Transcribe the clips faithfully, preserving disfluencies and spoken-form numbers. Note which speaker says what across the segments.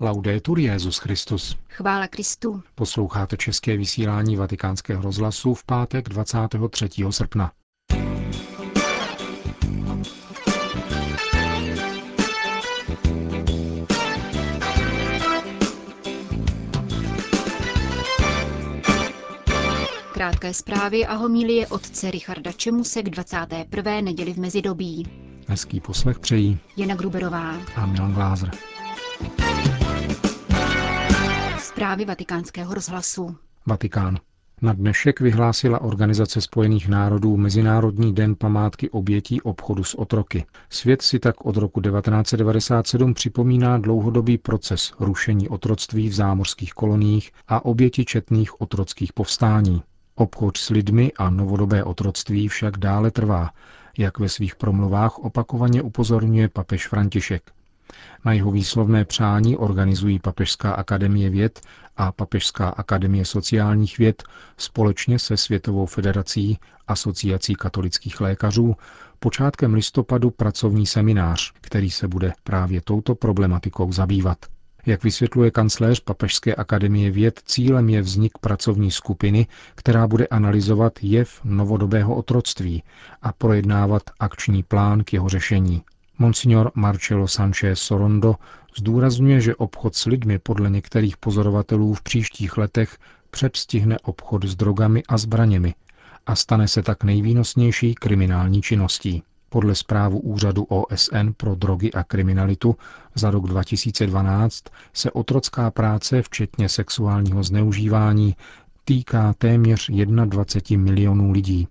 Speaker 1: Laudetur Jesus Christus.
Speaker 2: Chvála Kristu.
Speaker 1: Posloucháte české vysílání Vatikánského rozhlasu v pátek dvacátého třetího srpna.
Speaker 2: Krátké zprávy a homilie otce Richarda Čemuse k dvacáté prvé neděli v mezidobí.
Speaker 1: Hezký poslech přejí
Speaker 2: Jana Gruberová
Speaker 1: a Milan Glázer.
Speaker 2: Zprávy Vatikánského rozhlasu.
Speaker 1: Vatikán. Na dnešek vyhlásila Organizace spojených národů Mezinárodní den památky obětí obchodu s otroky. Svět si tak od roku devatenáct set devadesát sedm připomíná dlouhodobý proces rušení otroctví v zámořských koloniích a oběti četných otrockých povstání. Obchod s lidmi a novodobé otroctví však dále trvá, jak ve svých promluvách opakovaně upozorňuje papež František. Na jeho výslovné přání organizují Papežská akademie věd a Papežská akademie sociálních věd společně se Světovou federací Asociací katolických lékařů počátkem listopadu pracovní seminář, který se bude právě touto problematikou zabývat. Jak vysvětluje kancléř Papežské akademie věd, cílem je vznik pracovní skupiny, která bude analyzovat jev novodobého otroctví a projednávat akční plán k jeho řešení. Monsignor Marcelo Sanchez Sorondo zdůrazňuje, že obchod s lidmi podle některých pozorovatelů v příštích letech předstihne obchod s drogami a zbraněmi a stane se tak nejvýnosnější kriminální činností. Podle zprávu Úřadu O S N pro drogy a kriminalitu za rok dva tisíce dvanáct se otrocká práce, včetně sexuálního zneužívání, týká téměř dvacet jedna milionů lidí.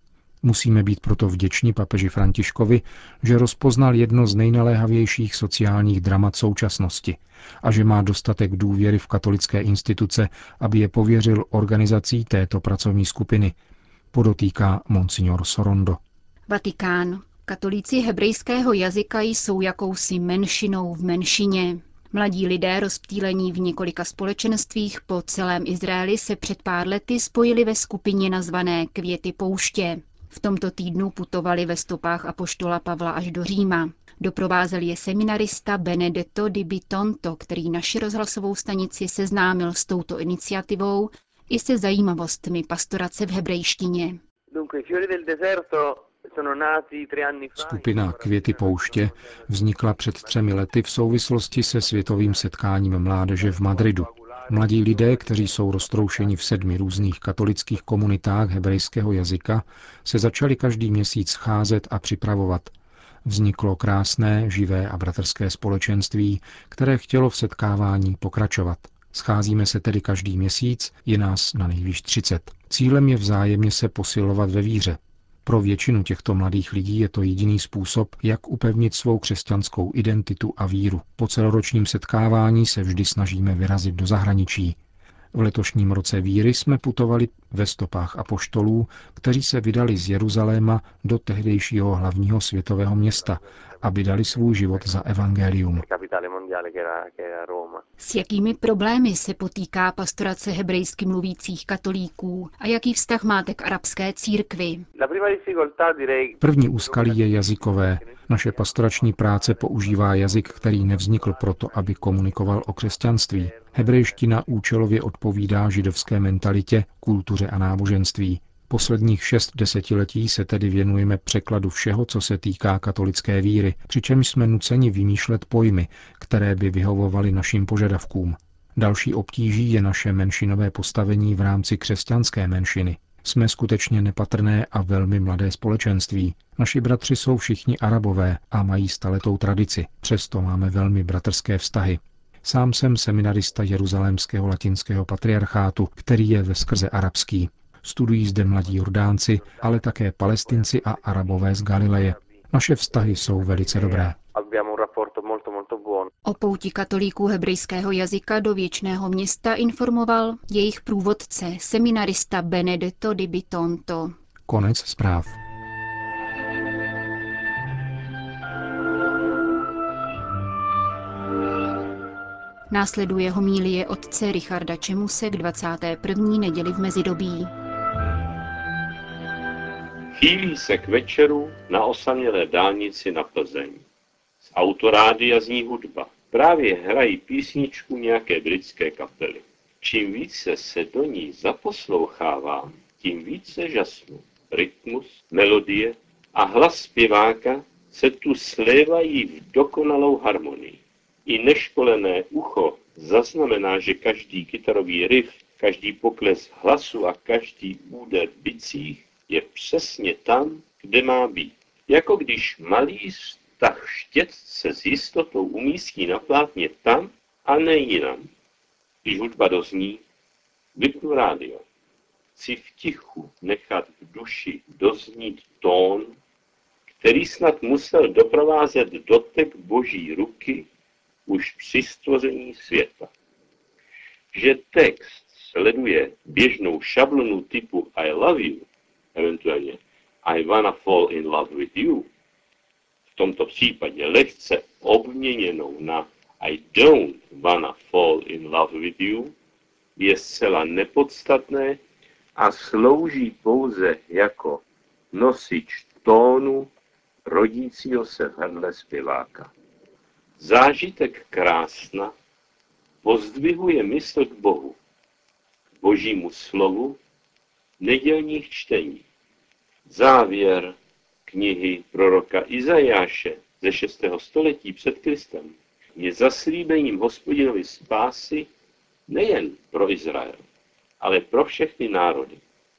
Speaker 1: Musíme být proto vděční papeži Františkovi, že rozpoznal jedno z nejnaléhavějších sociálních dramat současnosti a že má dostatek důvěry v katolické instituce, aby je pověřil organizací této pracovní skupiny, podotýká monsignor Sorondo.
Speaker 2: Vatikán. Katolíci hebrejského jazyka jsou jakousi menšinou v menšině. Mladí lidé rozptýlení v několika společenstvích po celém Izraeli se před pár lety spojili ve skupině nazvané Květy pouště. V tomto týdnu putovali ve stopách apoštola Pavla až do Říma. Doprovázel je seminarista Benedetto Di Bitonto, který naši rozhlasovou stanici seznámil s touto iniciativou i se zajímavostmi pastorace v hebrejštině.
Speaker 1: Skupina Květy pouště vznikla před třemi lety v souvislosti se světovým setkáním mládeže v Madridu. Mladí lidé, kteří jsou roztroušeni v sedmi různých katolických komunitách hebrejského jazyka, se začali každý měsíc scházet a připravovat. Vzniklo krásné, živé a bratrské společenství, které chtělo v setkávání pokračovat. Scházíme se tedy každý měsíc, je nás na nejvýš třicet. Cílem je vzájemně se posilovat ve víře. Pro většinu těchto mladých lidí je to jediný způsob, jak upevnit svou křesťanskou identitu a víru. Po celoročním setkávání se vždy snažíme vyrazit do zahraničí. V letošním roce víry jsme putovali ve stopách apoštolů, kteří se vydali z Jeruzaléma do tehdejšího hlavního světového města, aby dali svůj život za evangelium.
Speaker 2: S jakými problémy se potýká pastorace hebrejsky mluvících katolíků a jaký vztah máte k arabské církvi?
Speaker 1: První úskalí je jazykové. Naše pastorační práce používá jazyk, který nevznikl proto, aby komunikoval o křesťanství. Hebrejština účelově odpovídá židovské mentalitě, kultuře a náboženství. Posledních šest desetiletí se tedy věnujeme překladu všeho, co se týká katolické víry, přičemž jsme nuceni vymýšlet pojmy, které by vyhovovaly našim požadavkům. Další obtíží je naše menšinové postavení v rámci křesťanské menšiny. Jsme skutečně nepatrné a velmi mladé společenství. Naši bratři jsou všichni Arabové a mají staletou tradici. Přesto máme velmi bratrské vztahy. Sám jsem seminarista Jeruzalémského latinského patriarchátu, který je veskrze arabský. Studují zde mladí Jordánci, ale také Palestinci a Arabové z Galileje. Naše vztahy jsou velice dobré.
Speaker 2: O pouti katolíků hebrejského jazyka do věčného města informoval jejich průvodce, seminarista Benedetto Di Bitonto.
Speaker 1: Konec zpráv.
Speaker 2: Následuje homilie otce Richarda Čemuse k dvacáté první neděli v mezidobí.
Speaker 3: Chýlí se k večeru na osamělé dálnici na Plzeň. Z autorádia zní hudba. právě hrají písničku nějaké britské kapely. Čím více se do ní zaposlouchávám, tím více žasnu. Rytmus, melodie a hlas zpěváka se tu slévají v dokonalou harmonii. I neškolené ucho zaznamená, že každý kytarový riff, každý pokles hlasu a každý úder bicích je přesně tam, kde má být. Jako když malý stah štět se s jistotou umístí na plátně tam a ne jinam. Když hudba dozní, vypnu rádio. Chci v tichu nechat v duši doznít tón, který snad musel doprovázet dotek Boží ruky už při stvoření světa. Že text sleduje běžnou šablonu typu I love you, eventuálně I wanna fall in love with you, v tomto případě lehce obměněnou na I don't wanna fall in love with you, je zcela nepodstatné a slouží pouze jako nosič tónu rodícího se v hrdle zpěváka. Zážitek krásna pozdvihuje mysl k Bohu, k Božímu slovu, nedělních čtení. Závěr knihy proroka Izajáše ze šestého století před Kristem je zaslíbením Hospodinovy spásy nejen pro Izrael, ale pro všechny národy.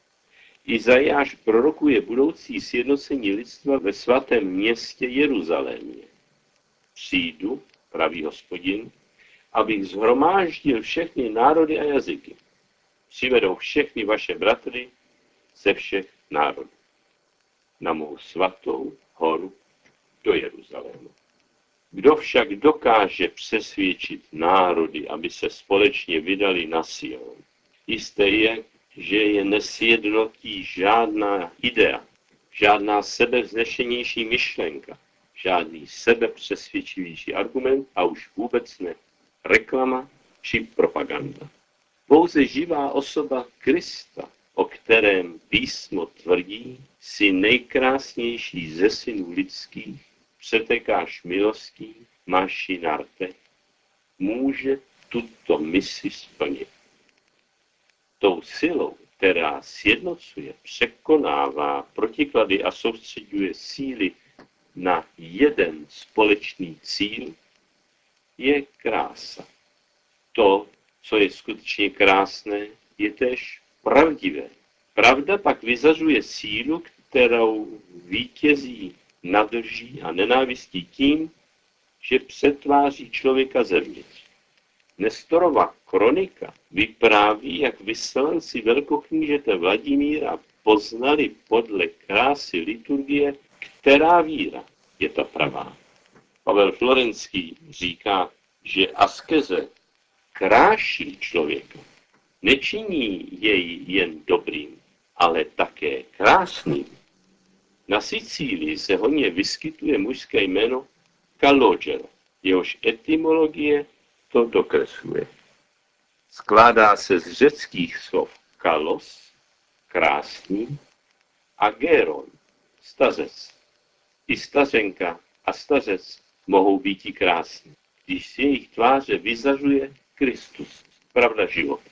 Speaker 3: Izajáš prorokuje budoucí sjednocení lidstva ve svatém městě Jeruzalémě. Přijdu, praví Hospodin, abych shromáždil všechny národy a jazyky. Přivedou všechny vaše bratry ze všech národů na mou svatou horu do Jeruzalému. Kdo však dokáže přesvědčit národy, aby se společně vydali na Sion? Jisté je, že je nesjednotí žádná idea, žádná sebevznešenější myšlenka, žádný sebepřesvědčivější argument a už vůbec ne reklama či propaganda. Pouze živá osoba Krista, o kterém písmo tvrdí, si nejkrásnější ze synů lidských, přetekáš milostí, máš ji na rtech, může tuto misi splnit. Tou silou, která sjednocuje, překonává protiklady a soustředuje síly na jeden společný cíl, je krása. To, co je skutečně krásné, je též pravdivé. Pravda pak vyzařuje sílu, kterou vítězí nad lží a nenávistí tím, že přetváří člověka zevnitř. Nestorova kronika vypráví, jak vyslanci velkoknížete Vladimíra poznali podle krásy liturgie, která víra je ta pravá. Pavel Florenský říká, že askeze kráší člověka, nečiní jej jen dobrým, ale také krásným. Na Sicílii se hojně vyskytuje mužské jméno Calogero, jehož etymologie to dokresluje. Skládá se z řeckých slov kalos, krásný, a geron, stařec. I stařenka a stařec mohou být i krásní, když z jejich tváře vyzařuje Kristus, pravda života.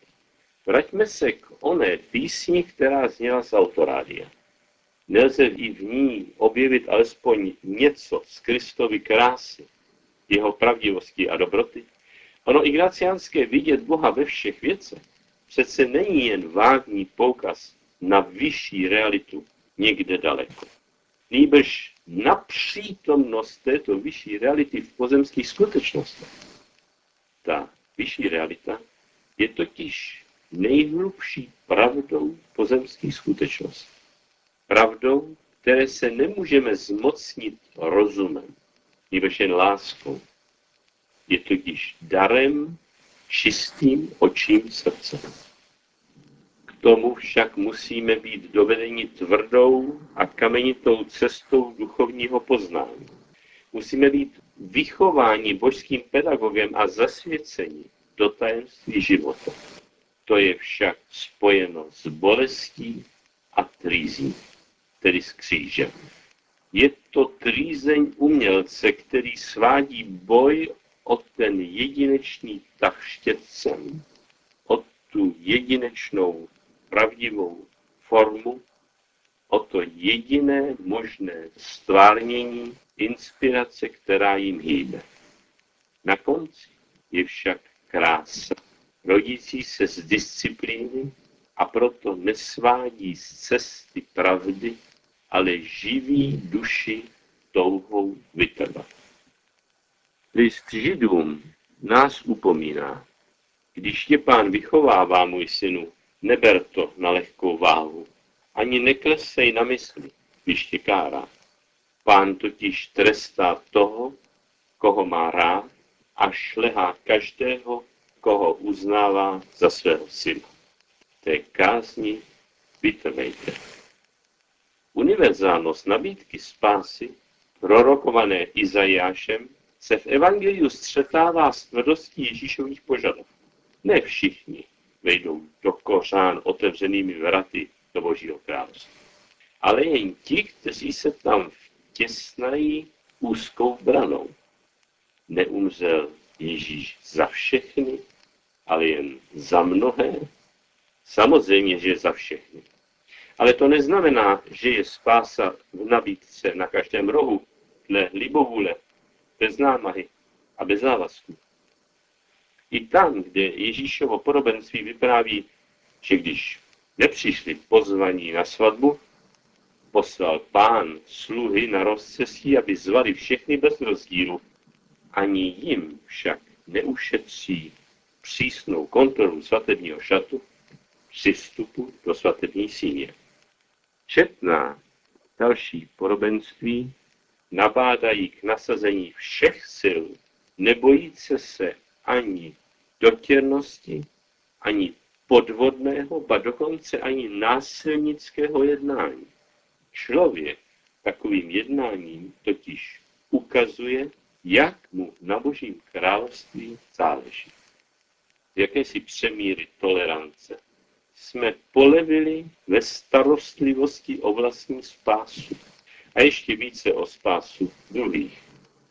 Speaker 3: Vraťme se k oné písni, která zněla z autorádia. Nelze i v ní objevit alespoň něco z Kristovy krásy, jeho pravdivosti a dobroty? Ono ignaciánské vidět Boha ve všech věcech přece není jen vágní poukaz na vyšší realitu někde daleko. Nýbrž na přítomnost této vyšší reality v pozemských skutečnostech. Ta vyšší realita je totiž nejhlubší pravdou pozemských skutečností. Pravdou, které se nemůžeme zmocnit rozumem, nýbrž jen láskou. Je totiž darem čistým očím srdce. K tomu však musíme být dovedeni tvrdou a kamenitou cestou duchovního poznání. Musíme být vychováni božským pedagogem a zasvěceni do tajemství života. To je však spojeno s bolestí a trýzní, tedy s křížem. Je to trýzeň umělce, který svádí boj o ten jedinečný tah štětcem, o tu jedinečnou pravdivou formu, o to jediné možné stvárnění inspirace, která jim hýbe. Na konci je však krása, rodící se z disciplíny a proto nesvádí z cesty pravdy, ale živí duši touhou vytrvat. List Židům nás upomíná, když tě Pán vychovává, můj synu, neber to na lehkou váhu, ani neklesej na mysli, když tě kárá. Pán totiž trestá toho, koho má rád, a šlehá každého, koho uznává za svého syna. Té kázni vytrvejte. Univerzálnost nabídky spásy, prorokované Izajášem, se v evangeliu střetává s tvrdostí Ježíšových požadavků. Ne všichni vejdou do kořán otevřenými vraty do Božího království, ale jen ti, kteří se tam vtěsnají úzkou branou. Neumřel Ježíš za všechny, ale jen za mnohé. Samozřejmě, že je za všechny. Ale to neznamená, že je spása v nabídce na každém rohu, dle libovůle, bez námahy a bez závazku. I tam, kde Ježíšovo podobenství vypráví, že když nepřišli pozvaní na svatbu, poslal Pán sluhy na rozcestí, aby zvali všechny bez rozdílu. Ani jim však neušetří přísnou kontrolu svatebního šatu při vstupu do svatební síně. Četná další podobenství nabádají k nasazení všech sil, nebojíce se ani dotěrnosti, ani podvodného, ba dokonce ani násilnického jednání. Člověk takovým jednáním totiž ukazuje, jak mu na Božím království záleží. Z jakési přemíry tolerance jsme polevili ve starostlivosti o vlastní spásu a ještě více o spásu druhých.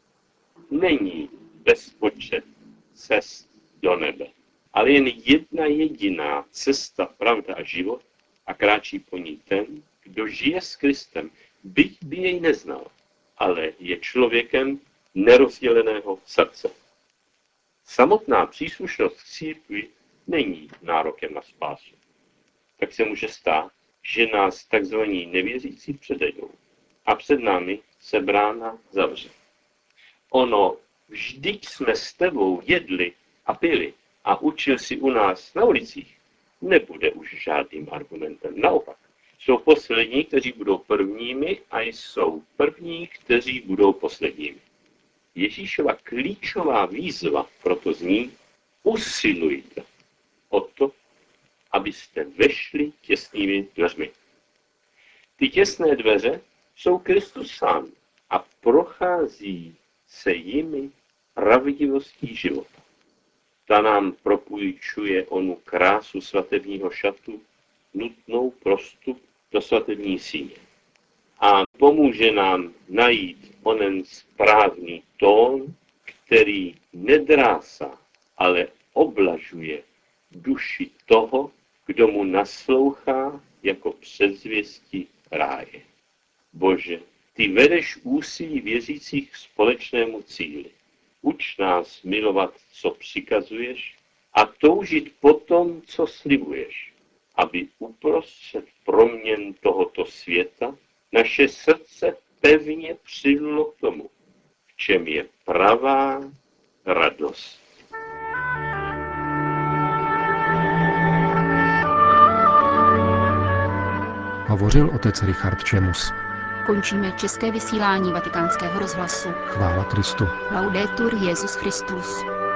Speaker 3: Není bezpočet cest do nebe, ale jen jedna jediná cesta, pravda a život a kráčí po ní ten, kdo žije s Kristem, byť by jej neznal, ale je člověkem nerozděleného srdce. Samotná příslušnost k církvi není nárokem na spásu. Tak se může stát, že nás takzvaní nevěřící předejdou a před námi se brána zavře. Ono, vždyť jsme s tebou jedli a pili a učil si u nás na ulicích, nebude už žádným argumentem. Naopak, jsou poslední, kteří budou prvními a jsou první, kteří budou posledními. Ježíšova klíčová výzva proto zní: usilujte o to, abyste vešli těsnými dveřmi. Ty těsné dveře jsou Kristus sám a prochází se jimi pravdivostí života. Ta nám propůjčuje onu krásu svatebního šatu, nutnou pro vstup do svatební síně. A pomůže nám najít onen správný tón, který nedrásá, ale oblažuje duši toho, kdo mu naslouchá jako předzvěstí ráje. Bože, ty vedeš úsilí věřících k společnému cíli. Uč nás milovat, co přikazuješ, a toužit po tom, co slibuješ, aby uprostřed proměn tohoto světa naše srdce pevně přilnulo k tomu, v čem je pravá radost.
Speaker 1: Hovořil otec Richard Čemus.
Speaker 2: Končíme české vysílání Vatikánského rozhlasu.
Speaker 1: Chvála Kristu.
Speaker 2: Laudetur Jesus Christus.